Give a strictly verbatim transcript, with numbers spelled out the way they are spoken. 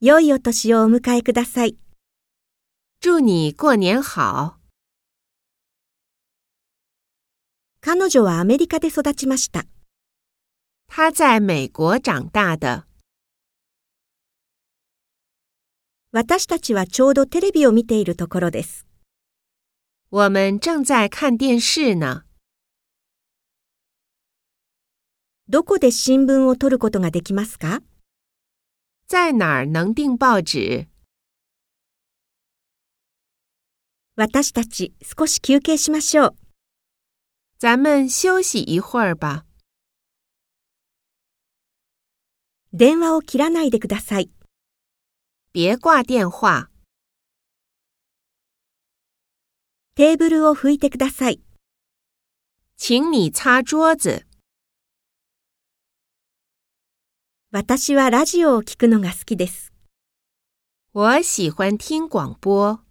良いお年をお迎えください。 祝你过年好。 彼女はアメリカで育ちました。 他在美国長大的。 私たちはちょうどテレビを見ているところです。 我们正在看電視呢。 どこで新聞を取ることができますか？ 在哪儿能訂報紙？ 私たち少し休憩しましょう。 咱们休息一会儿吧。 電話を切らないでください。 別掛電話。 テーブルを拭いてください。 請你擦桌子。 私はラジオを聞くのが好きです。 我喜欢听廣播。